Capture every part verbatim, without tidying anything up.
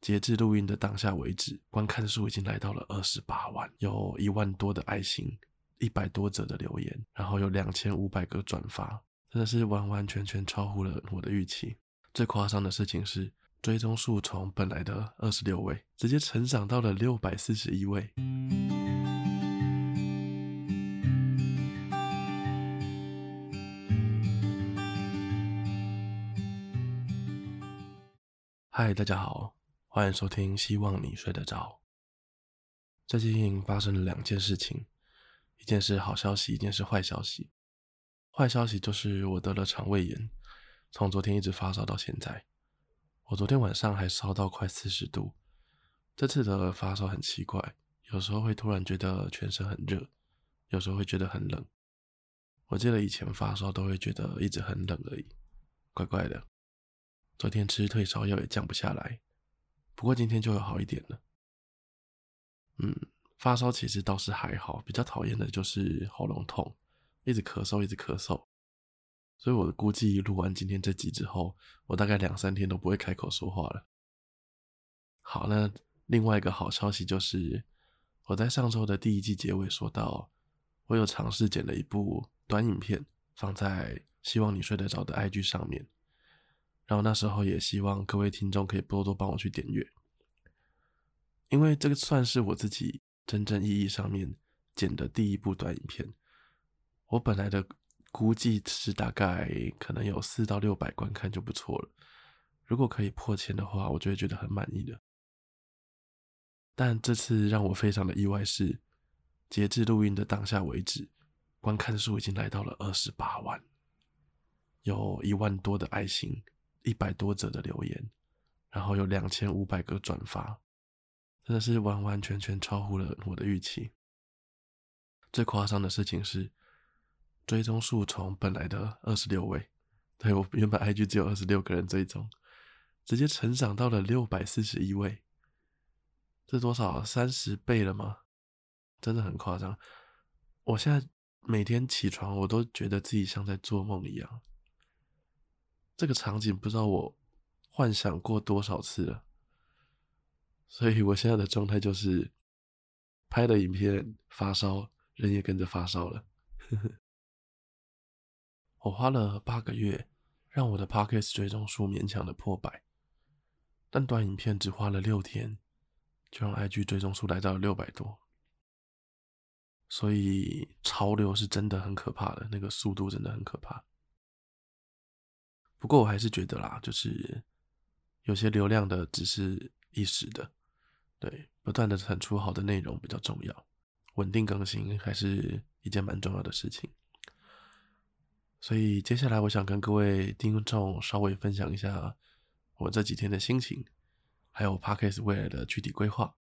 截至录音的当下为止，观看数已经来到了二十八万，有一万多的爱心，一百多则的留言，然后有两千五百个转发，真的是完完全全超乎了我的预期。最夸张的事情是，追踪数从本来的二十六位直接成长到了六百四十一位。嗨，大家好，欢迎收听希望你睡得着。最近发生了两件事情，一件是好消息，一件是坏消息。坏消息就是我得了肠胃炎，从昨天一直发烧到现在。我昨天晚上还烧到快四十度。这次的发烧很奇怪，有时候会突然觉得全身很热，有时候会觉得很冷。我记得以前发烧都会觉得一直很冷而已，怪怪的。昨天吃退烧药也降不下来，不过今天就有好一点了。嗯，发烧其实倒是还好，比较讨厌的就是喉咙痛，一直咳嗽一直咳嗽。所以我估计录完今天这集之后，我大概两三天都不会开口说话了。好，那另外一个好消息就是，我在上周的第一季结尾说到，我有尝试剪了一部短影片，放在希望你睡得着的 I G 上面。然后那时候也希望各位听众可以多多帮我去点阅，因为这个算是我自己真正意义上面剪的第一部短影片。我本来的估计是大概可能有四到六百观看就不错了，如果可以破千的话，我就会觉得很满意的。但这次让我非常的意外是，截至录音的当下为止，观看数已经来到了二十八万，有一万多的爱心，一百多则的留言，然后有两千五百个转发，真的是完完全全超乎了我的预期。最夸张的事情是，追踪数从本来的二十六位，对，我原本 I G 只有二十六个人追踪，直接成长到了六百四十一位。这多少？三十倍了吗？真的很夸张。我现在每天起床，我都觉得自己像在做梦一样。这个场景不知道我幻想过多少次了，所以我现在的状态就是拍了影片发烧，人也跟着发烧了。我花了八个月让我的 Podcast 追踪数勉强的破百，但短影片只花了六天就让 I G 追踪数来到了六百多。所以潮流是真的很可怕的，那个速度真的很可怕。不过我还是觉得啦，就是有些流量的只是一时的，对，不断的产出好的内容比较重要，稳定更新还是一件蛮重要的事情。所以接下来我想跟各位听众稍微分享一下我这几天的心情，还有 Podcast 未来的具体规划。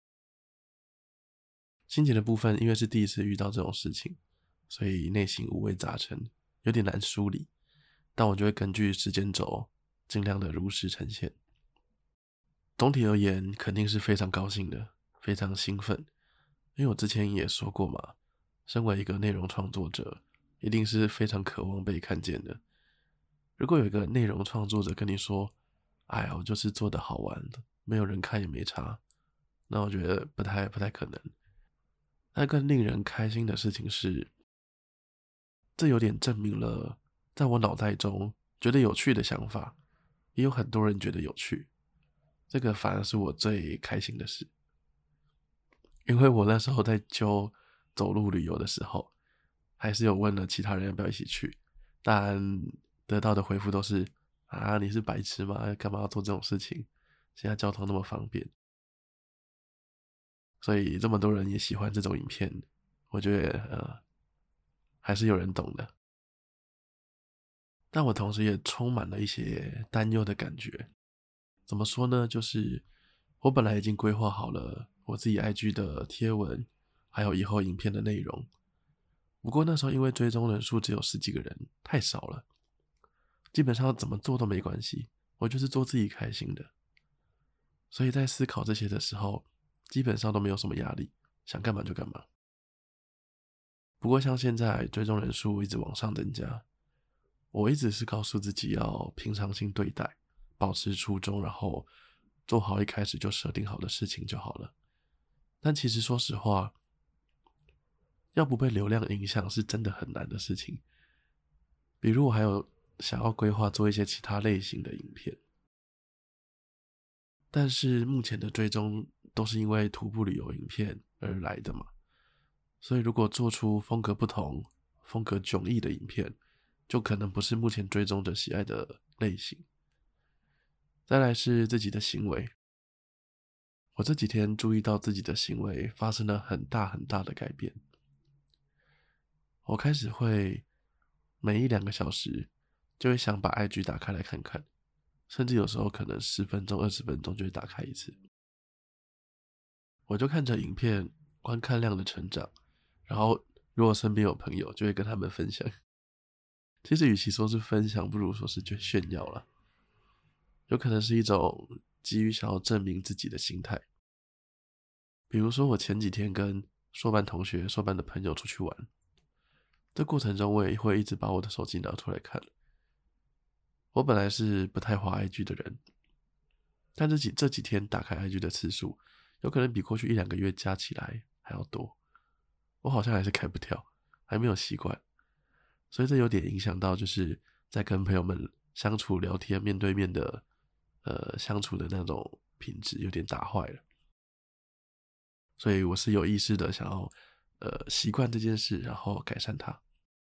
心情的部分，因为是第一次遇到这种事情，所以内心五味杂陈，有点难梳理。但我就会根据时间轴，尽量的如实呈现。总体而言，肯定是非常高兴的，非常兴奋。因为我之前也说过嘛，身为一个内容创作者，一定是非常渴望被看见的。如果有一个内容创作者跟你说，哎呀，我就是做的好玩的，没有人看也没差，那我觉得不太不太可能。但更令人开心的事情是，这有点证明了在我脑袋中觉得有趣的想法，也有很多人觉得有趣，这个反而是我最开心的事。因为我那时候在揪走路旅游的时候，还是有问了其他人要不要一起去，但得到的回复都是啊，你是白痴吗？干嘛要做这种事情？现在交通那么方便。所以这么多人也喜欢这种影片，我觉得呃还是有人懂的。但我同时也充满了一些担忧的感觉。怎么说呢？就是我本来已经规划好了我自己 I G 的贴文，还有以后影片的内容。不过那时候因为追踪人数只有十几个人，太少了，基本上怎么做都没关系，我就是做自己开心的。所以在思考这些的时候，基本上都没有什么压力，想干嘛就干嘛。不过像现在追踪人数一直往上增加，我一直是告诉自己要平常心对待，保持初衷，然后做好一开始就设定好的事情就好了。但其实说实话，要不被流量影响是真的很难的事情。比如我还有想要规划做一些其他类型的影片，但是目前的追踪都是因为徒步旅游影片而来的嘛，所以如果做出风格不同、风格迥异的影片，就可能不是目前追踪者喜爱的类型。再来是自己的行为，我这几天注意到自己的行为发生了很大很大的改变。我开始会每一两个小时就会想把 I G 打开来看看，甚至有时候可能十分钟、二十分钟就会打开一次。我就看着影片观看量的成长，然后如果身边有朋友，就会跟他们分享。其实与其说是分享，不如说是就炫耀了。有可能是一种急于想要证明自己的心态。比如说我前几天跟硕班同学、硕班的朋友出去玩，这过程中我也会一直把我的手机拿出来看。我本来是不太滑 I G 的人，但这几这几天打开 I G 的次数，有可能比过去一两个月加起来还要多。我好像还是开不掉，还没有习惯，所以这有点影响到就是在跟朋友们相处、聊天、面对面的呃相处的那种品质有点打坏了。所以我是有意识的想要呃习惯这件事，然后改善它。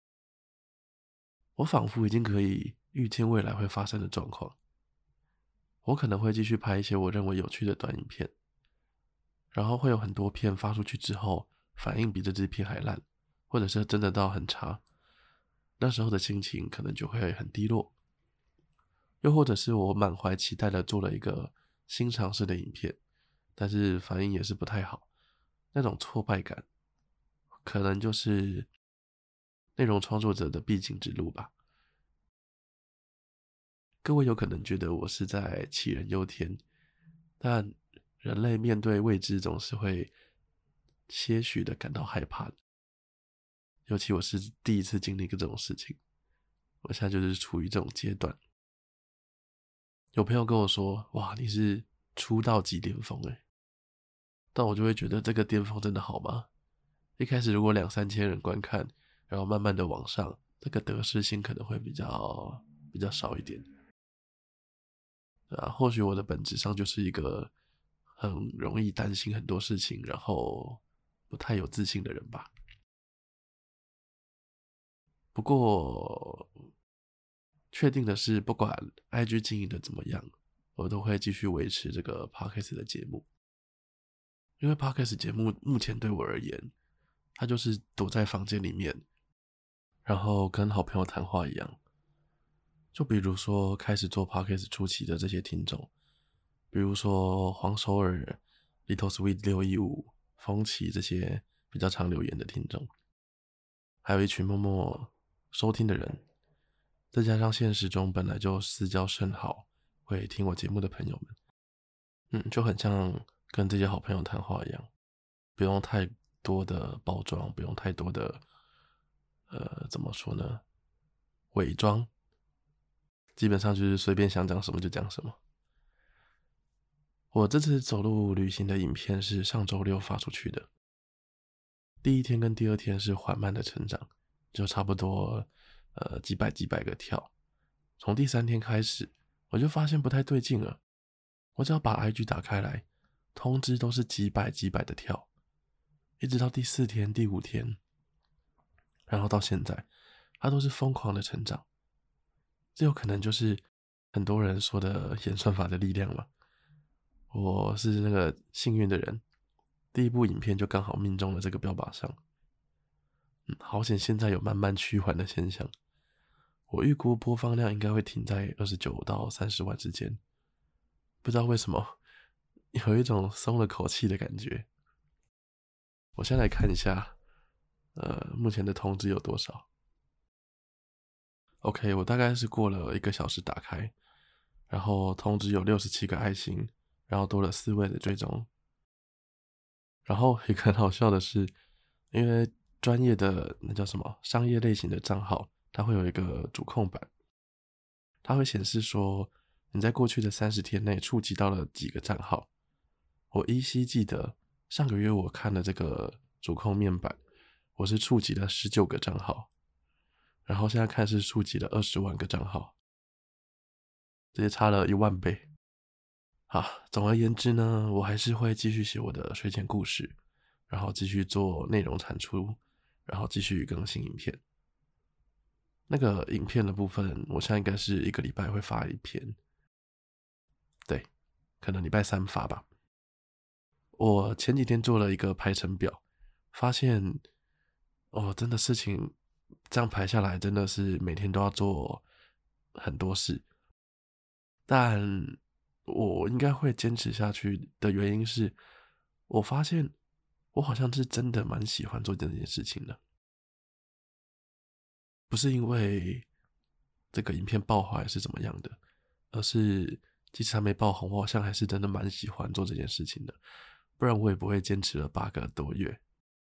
我仿佛已经可以预见未来会发生的状况。我可能会继续拍一些我认为有趣的短影片，然后会有很多片发出去之后，反应比这支片还烂，或者是真的到很差，那时候的心情可能就会很低落。又或者是我满怀期待的做了一个新尝试的影片，但是反应也是不太好，那种挫败感，可能就是内容创作者的必经之路吧。各位有可能觉得我是在杞人忧天，但人类面对未知总是会些许的感到害怕的，尤其我是第一次经历过这种事情，我现在就是处于这种阶段。有朋友跟我说，哇，你是出道即巅峰欸，但我就会觉得这个巅峰真的好吗？一开始如果两三千人观看，然后慢慢的往上，这个得失心可能会比较比较少一点。啊，或许我的本质上就是一个很容易担心很多事情，然后不太有自信的人吧。不过，确定的是，不管 I G 经营的怎么样，我都会继续维持这个 Podcast 的节目。因为 Podcast 节目目前对我而言，它就是躲在房间里面，然后跟好朋友谈话一样。就比如说开始做 Podcast 初期的这些听众，比如说黄首尔、Little Sweet 六一五、风起这些比较常留言的听众，还有一群默默收听的人，再加上现实中本来就私交甚好、会听我节目的朋友们，嗯，就很像跟这些好朋友谈话一样，不用太多的包装，不用太多的呃，怎么说呢，伪装。基本上就是随便想讲什么就讲什么。我这次走路旅行的影片是上周六发出去的，第一天跟第二天是缓慢的成长，就差不多呃几百几百个跳。从第三天开始，我就发现不太对劲了。我只要把 I G 打开来，通知都是几百几百的跳，一直到第四天、第五天，然后到现在，它都是疯狂的成长。这有可能就是很多人说的演算法的力量嘛。我是那个幸运的人，第一部影片就刚好命中了这个标靶上。嗯，好险现在有慢慢趋缓的现象。我预估播放量应该会停在二十九到三十万之间，不知道为什么有一种松了口气的感觉。我先来看一下，呃，目前的通知有多少。OK， 我大概是过了一个小时打开，然后通知有六十七个爱心，然后多了四位的追踪。然后一个很好笑的是，因为专业的那叫什么商业类型的账号，它会有一个主控板，它会显示说你在过去的三十天内触及到了几个账号。我依稀记得上个月我看了这个主控面板，我是触及了十九个账号，然后现在看是触及了二十万个账号，直接差了一万倍。好，总而言之呢，我还是会继续写我的睡前故事，然后继续做内容产出，然后继续更新影片。那个影片的部分，我现在应该是一个礼拜会发一篇，对，可能礼拜三发吧。我前几天做了一个排程表，发现哦，真的事情这样排下来，真的是每天都要做很多事。但我应该会坚持下去的原因是，我发现我好像是真的蛮喜欢做这件事情的，不是因为这个影片爆红还是怎么样的，而是即使还没爆红，我好像还是真的蛮喜欢做这件事情的，不然我也不会坚持了八个多月。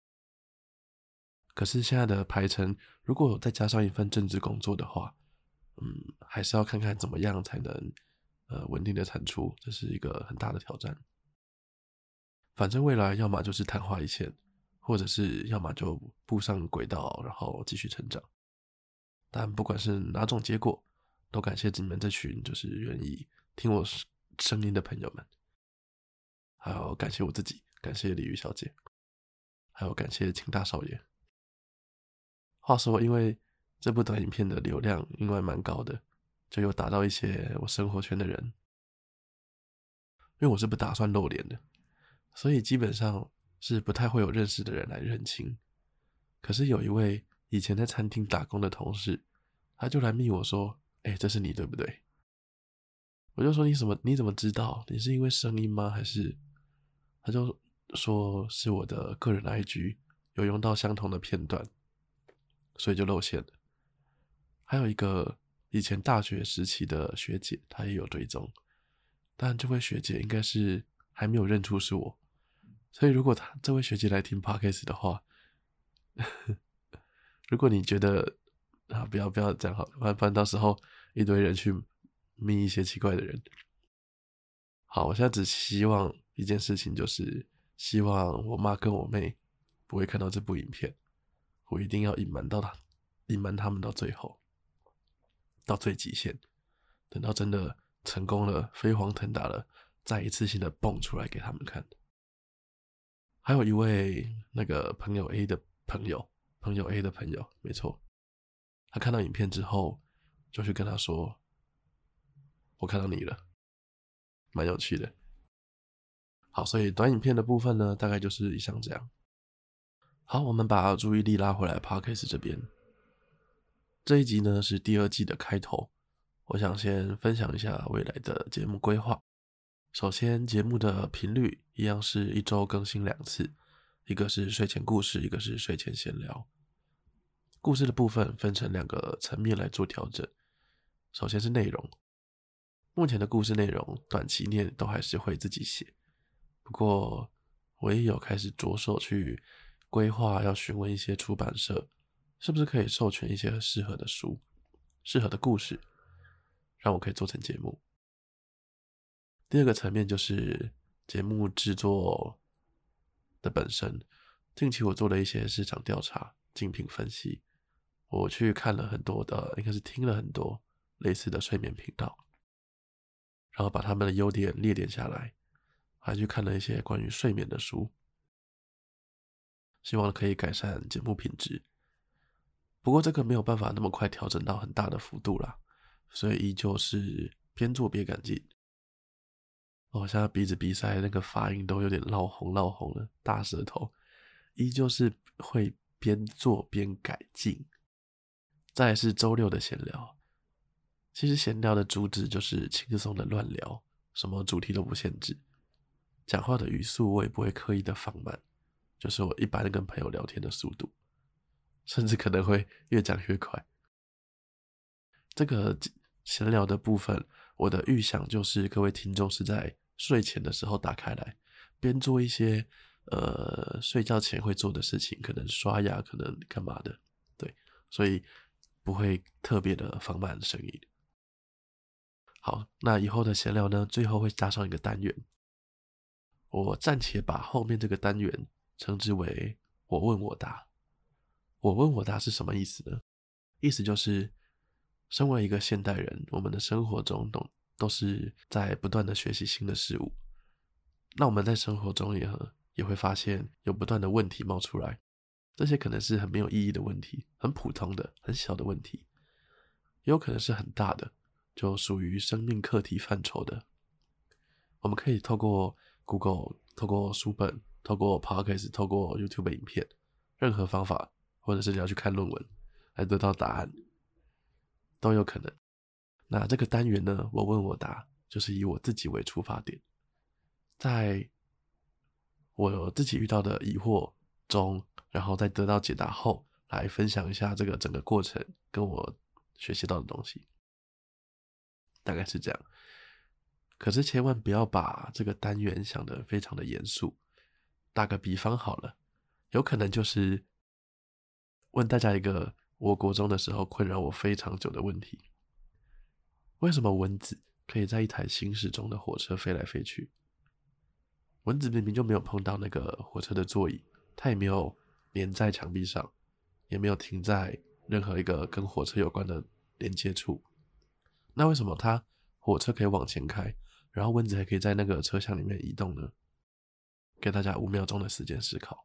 可是现在的排程，如果再加上一份正职工作的话，嗯，还是要看看怎么样才能呃稳定的产出，这是一个很大的挑战。反正未来要么就是昙花一现，或者是要么就步上轨道，然后继续成长。但不管是哪种结果，都感谢你们这群就是愿意听我声音的朋友们，还有感谢我自己，感谢鲤鱼小姐，还有感谢秦大少爷。话说，因为这部短影片的流量因为蛮高的，就有打到一些我生活圈的人。因为我是不打算露脸的，所以基本上是不太会有认识的人来认亲。可是有一位以前在餐厅打工的同事，他就来密我说：“哎、欸，这是你对不对？”我就说：“你怎么你怎么知道？你是因为声音吗？还是？”他就说是我的个人 I G 有用到相同的片段，所以就露馅了。还有一个以前大学时期的学姐，她也有追踪，但这位学姐应该是还没有认出是我，所以如果她这位学姐来听 Podcast 的话，如果你觉得啊，不要不要这样好了，不然到时候一堆人去密一些奇怪的人。好，我现在只希望一件事情，就是希望我妈跟我妹不会看到这部影片，我一定要隐瞒到他，隐瞒他们到最后，到最极限，等到真的成功了，飞黄腾达了，再一次性的蹦出来给他们看。还有一位那个朋友 A 的朋友，朋友 A 的朋友，没错，他看到影片之后，就去跟他说：“我看到你了。”蛮有趣的。好，所以短影片的部分呢，大概就是以上这样。好，我们把注意力拉回来 Podcast 这边。这一集呢是第二季的开头，我想先分享一下未来的节目规划。首先，节目的频率一样是一周更新两次，一个是睡前故事，一个是睡前闲聊。故事的部分分成两个层面来做调整。首先是内容，目前的故事内容短期内都还是会自己写，不过我也有开始着手去规划，要询问一些出版社，是不是可以授权一些适合的书、适合的故事，让我可以做成节目。第二个层面就是节目制作的本身，近期我做了一些市场调查、竞品分析，我去看了很多的，应该是听了很多类似的睡眠频道，然后把他们的优点列点下来，还去看了一些关于睡眠的书，希望可以改善节目品质。不过这个没有办法那么快调整到很大的幅度啦，所以依旧是边做边改进。我现在鼻子鼻塞那个发音都有点闹红闹红了，大舌头，依旧是会边做边改进。再来是周六的闲聊，其实闲聊的主旨就是轻松的乱聊，什么主题都不限制，讲话的语速我也不会刻意的放慢，就是我一般跟朋友聊天的速度，甚至可能会越讲越快。这个闲聊的部分，我的预想就是各位听众是在睡前的时候打开来，边做一些呃睡觉前会做的事情，可能刷牙，可能干嘛的，对，所以不会特别的放慢声音。 好，那以后的闲聊呢，最后会加上一个单元，我暂且把后面这个单元称之为我问我答。我问我答是什么意思呢？意思就是身为一个现代人，我们的生活中都都是在不断的学习新的事物，那我们在生活中也也会发现有不断的问题冒出来，这些可能是很没有意义的问题，很普通的很小的问题，也有可能是很大的，就属于生命课题范畴的。我们可以透过 Google， 透过书本，透过 Podcast， 透过 YouTube 影片，任何方法，或者是你要去看论文来得到答案都有可能。那这个单元呢，我问我答，就是以我自己为出发点，在我自己遇到的疑惑中，然后在得到解答后，来分享一下这个整个过程跟我学习到的东西，大概是这样。可是千万不要把这个单元想得非常的严肃。打个比方好了，有可能就是问大家一个我国中的时候困扰我非常久的问题：为什么蚊子可以在一台行驶中的火车飞来飞去？蚊子明明就没有碰到那个火车的座椅，它也没有粘在墙壁上，也没有停在任何一个跟火车有关的连接处。那为什么它火车可以往前开，然后蚊子还可以在那个车厢里面移动呢？给大家五秒钟的时间思考。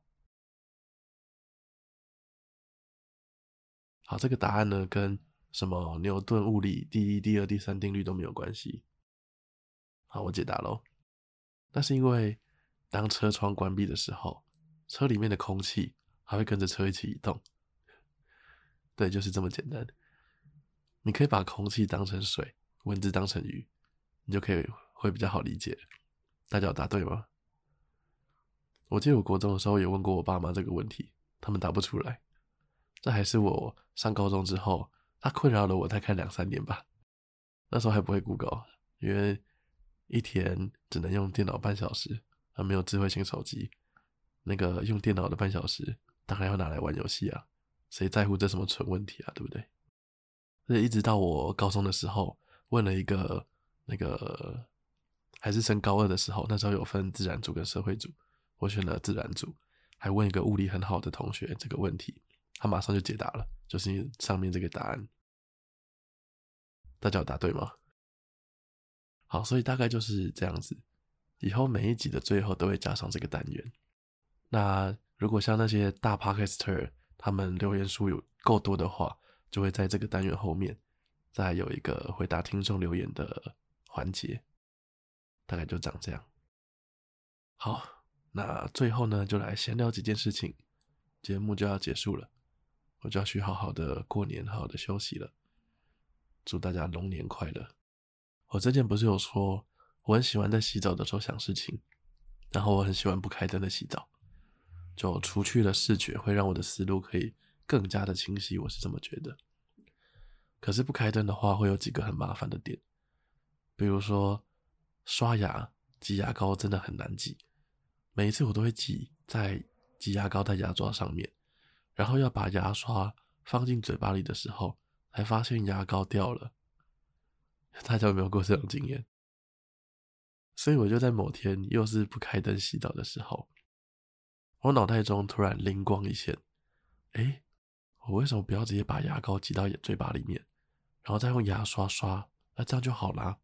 好，这个答案呢跟什么牛顿物理第一、第二、第三定律都没有关系。好，我解答咯。那是因为当车窗关闭的时候，车里面的空气还会跟着车一起移动。对，就是这么简单。你可以把空气当成水，蚊子当成鱼，你就可以会比较好理解。大家有答对吗？我记得我国中的时候也问过我爸妈这个问题，他们答不出来。这还是我上高中之后，它困扰了我大概两三年吧。那时候还不会 Google， 因为一天只能用电脑半小时，还没有智慧型手机。那个用电脑的半小时，当然要拿来玩游戏啊，谁在乎这什么蠢问题啊，对不对？所以一直到我高中的时候，问了一个那个还是升高二的时候，那时候有分自然组跟社会组，我选了自然组，还问一个物理很好的同学这个问题，他马上就解答了，就是上面这个答案。大家有答对吗？好，所以大概就是这样子。以后每一集的最后都会加上这个单元。那如果像那些大 podcaster 他们留言数有够多的话，就会在这个单元后面再有一个回答听众留言的环节，大概就长这样。好，那最后呢，就来闲聊几件事情，节目就要结束了，我就要去好好的过年，好好的休息了。祝大家龙年快乐！我之前不是有说，我很喜欢在洗澡的时候想事情，然后我很喜欢不开灯的洗澡，就除去了视觉，会让我的思路可以更加的清晰，我是这么觉得。可是不开灯的话，会有几个很麻烦的点，比如说刷牙挤牙膏真的很难挤，每一次我都会挤在挤牙膏在牙刷上面，然后要把牙刷放进嘴巴里的时候，才发现牙膏掉了。大家有没有过这种经验？所以我就在某天又是不开灯洗澡的时候，我脑袋中突然灵光一现，诶，我为什么不要直接把牙膏挤到嘴巴里面，然后再用牙刷刷，那这样就好啦。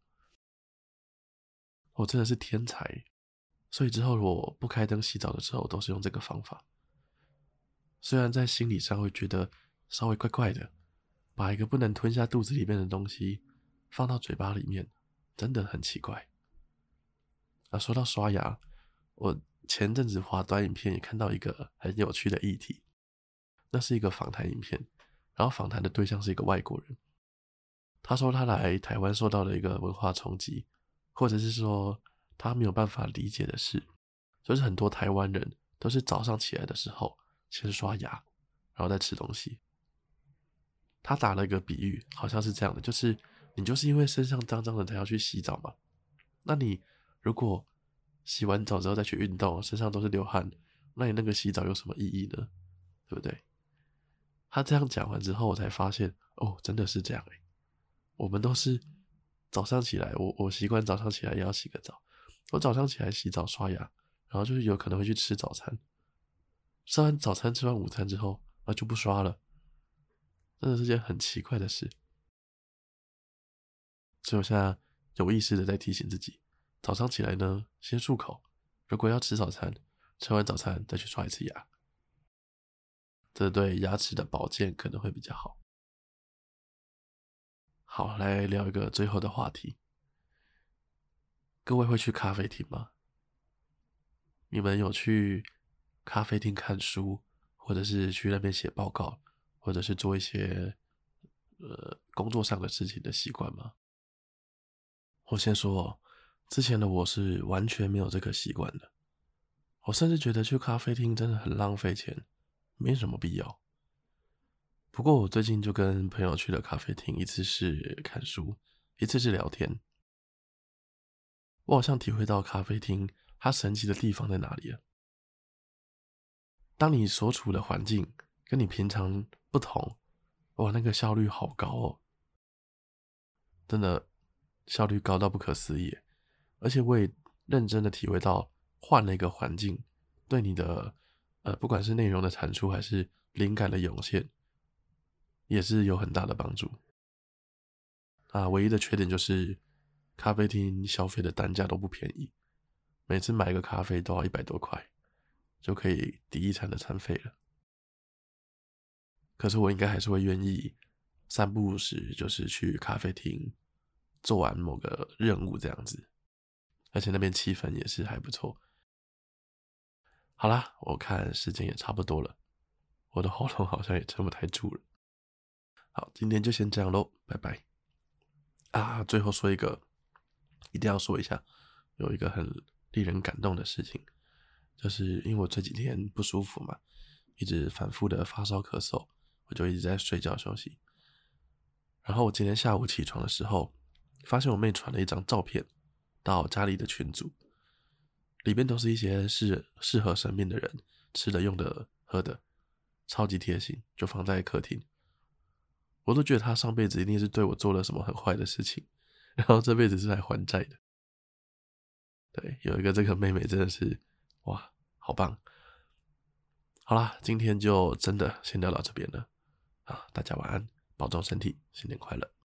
我真的是天才，所以之后我不开灯洗澡的时候都是用这个方法。虽然在心理上会觉得稍微怪怪的，把一个不能吞下肚子里面的东西放到嘴巴里面，真的很奇怪。啊，说到刷牙，我前阵子滑短影片也看到一个很有趣的议题，那是一个访谈影片，然后访谈的对象是一个外国人。他说他来台湾受到了一个文化冲击，或者是说他没有办法理解的是，就是很多台湾人都是早上起来的时候先刷牙，然后再吃东西。他打了一个比喻，好像是这样的，就是你就是因为身上脏脏的才要去洗澡嘛，那你如果洗完澡之后再去运动，身上都是流汗，那你那个洗澡有什么意义呢？对不对？他这样讲完之后，我才发现，哦，真的是这样诶。我们都是早上起来，我我习惯早上起来也要洗个澡。我早上起来洗澡刷牙，然后就是有可能会去吃早餐。吃完早餐吃完午餐之后啊就不刷了，真的是件很奇怪的事。所以我现在有意识的在提醒自己，早上起来呢先漱口，如果要吃早餐，吃完早餐再去刷一次牙，这对牙齿的保健可能会比较好。好，来聊一个最后的话题。各位会去咖啡厅吗？你们有去咖啡厅看书，或者是去那边写报告，或者是做一些呃工作上的事情的习惯吗？我先说哦，之前的我是完全没有这个习惯的。我甚至觉得去咖啡厅真的很浪费钱，没什么必要。不过我最近就跟朋友去了咖啡厅，一次是看书，一次是聊天。我好像体会到咖啡厅它神奇的地方在哪里了。当你所处的环境跟你平常不同，哇，那个效率好高哦，真的效率高到不可思议。而且我也认真的体会到，换了一个环境，对你的呃，不管是内容的产出还是灵感的涌现，也是有很大的帮助。啊，唯一的缺点就是咖啡厅消费的单价都不便宜，每次买个咖啡都要一百多块，就可以抵一餐的餐费了。可是我应该还是会愿意三不五时就是去咖啡厅做完某个任务这样子，而且那边气氛也是还不错。好啦，我看时间也差不多了，我的喉咙好像也撑不太住了。好，今天就先这样咯，拜拜。啊，最后说一个，一定要说一下，有一个很令人感动的事情，就是因为我这几天不舒服嘛，一直反复的发烧咳嗽，我就一直在睡觉休息。然后我今天下午起床的时候，发现我妹传了一张照片到家里的群组，里面都是一些适适合生病的人吃的、用的、喝的，超级贴心，就放在客厅。我都觉得她上辈子一定是对我做了什么很坏的事情，然后这辈子是来还债的。对，有一个这个妹妹真的是，哇，好棒！好啦，今天就真的先聊到这边了啊，大家晚安，保重身体，新年快乐。